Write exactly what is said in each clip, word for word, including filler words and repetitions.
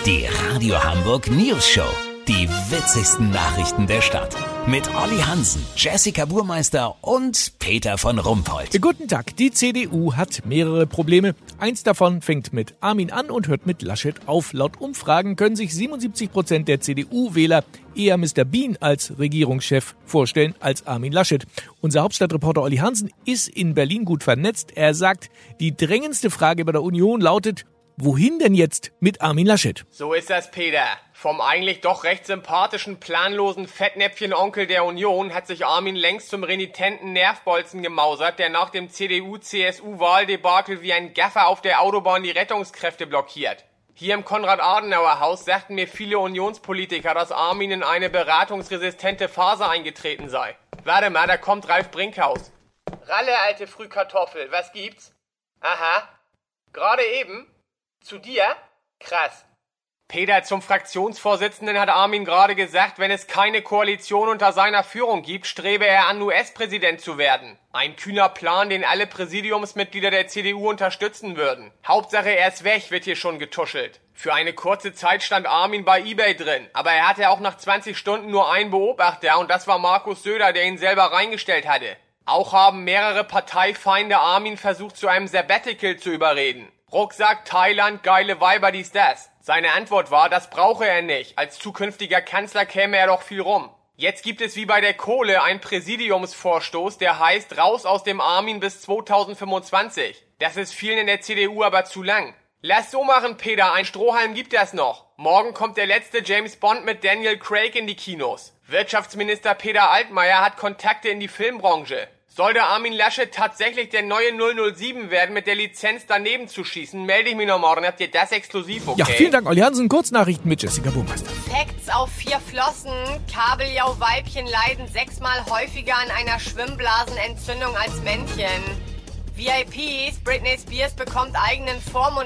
Die Radio Hamburg News Show. Die witzigsten Nachrichten der Stadt. Mit Olli Hansen, Jessica Burmeister und Peter von Rumpold. Guten Tag. Die C D U hat mehrere Probleme. Eins davon fängt mit Armin an und hört mit Laschet auf. Laut Umfragen können sich siebenundsiebzig Prozent der C D U-Wähler eher Mister Bean als Regierungschef vorstellen als Armin Laschet. Unser Hauptstadtreporter Olli Hansen ist in Berlin gut vernetzt. Er sagt, die drängendste Frage bei der Union lautet: Wohin denn jetzt mit Armin Laschet? So ist das, Peter. Vom eigentlich doch recht sympathischen, planlosen Fettnäpfchen-Onkel der Union hat sich Armin längst zum renitenten Nervbolzen gemausert, der nach dem C D U-C S U-Wahldebakel wie ein Gaffer auf der Autobahn die Rettungskräfte blockiert. Hier im Konrad-Adenauer-Haus sagten mir viele Unionspolitiker, dass Armin in eine beratungsresistente Phase eingetreten sei. Warte mal, da kommt Ralf Brinkhaus. Ralle, alte Frühkartoffel, was gibt's? Aha. Gerade eben? Zu dir? Krass. Peter, zum Fraktionsvorsitzenden hat Armin gerade gesagt, wenn es keine Koalition unter seiner Führung gibt, strebe er an, U S-Präsident zu werden. Ein kühner Plan, den alle Präsidiumsmitglieder der C D U unterstützen würden. Hauptsache, er ist weg, wird hier schon getuschelt. Für eine kurze Zeit stand Armin bei eBay drin, aber er hatte auch nach zwanzig Stunden nur einen Beobachter und das war Markus Söder, der ihn selber reingestellt hatte. Auch haben mehrere Parteifeinde Armin versucht, zu einem Sabbatical zu überreden. Rucksack, Thailand, geile Weiber, dies, das. Seine Antwort war, das brauche er nicht. Als zukünftiger Kanzler käme er doch viel rum. Jetzt gibt es wie bei der Kohle einen Präsidiumsvorstoß, der heißt raus aus dem Armin bis zweitausendfünfundzwanzig. Das ist vielen in der C D U aber zu lang. Lass so machen, Peter, ein Strohhalm gibt das noch. Morgen kommt der letzte James Bond mit Daniel Craig in die Kinos. Wirtschaftsminister Peter Altmaier hat Kontakte in die Filmbranche. Sollte Armin Laschet tatsächlich der neue null null sieben werden, mit der Lizenz daneben zu schießen, melde ich mich noch morgen. Habt ihr das exklusiv, okay? Ja, vielen Dank, Olli Hansen. Kurznachrichten mit Jessica Burmeister. Facts auf vier Flossen. Kabeljauweibchen leiden sechsmal häufiger an einer Schwimmblasenentzündung als Männchen. V I Ps, Britney Spears bekommt eigenen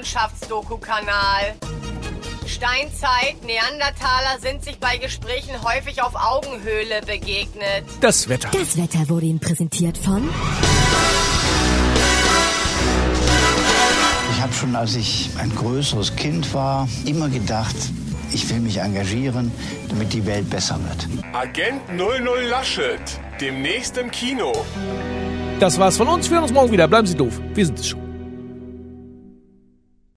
Vormundschafts-Doku-Kanal. Steinzeit, Neandertaler sind sich bei Gesprächen häufig auf Augenhöhle begegnet. Das Wetter. Das Wetter wurde Ihnen präsentiert von... Ich habe schon, als ich ein größeres Kind war, immer gedacht, ich will mich engagieren, damit die Welt besser wird. Agent null null Laschet, demnächst im Kino. Das war's von uns. Wir hören uns morgen wieder. Bleiben Sie doof. Wir sind es schon.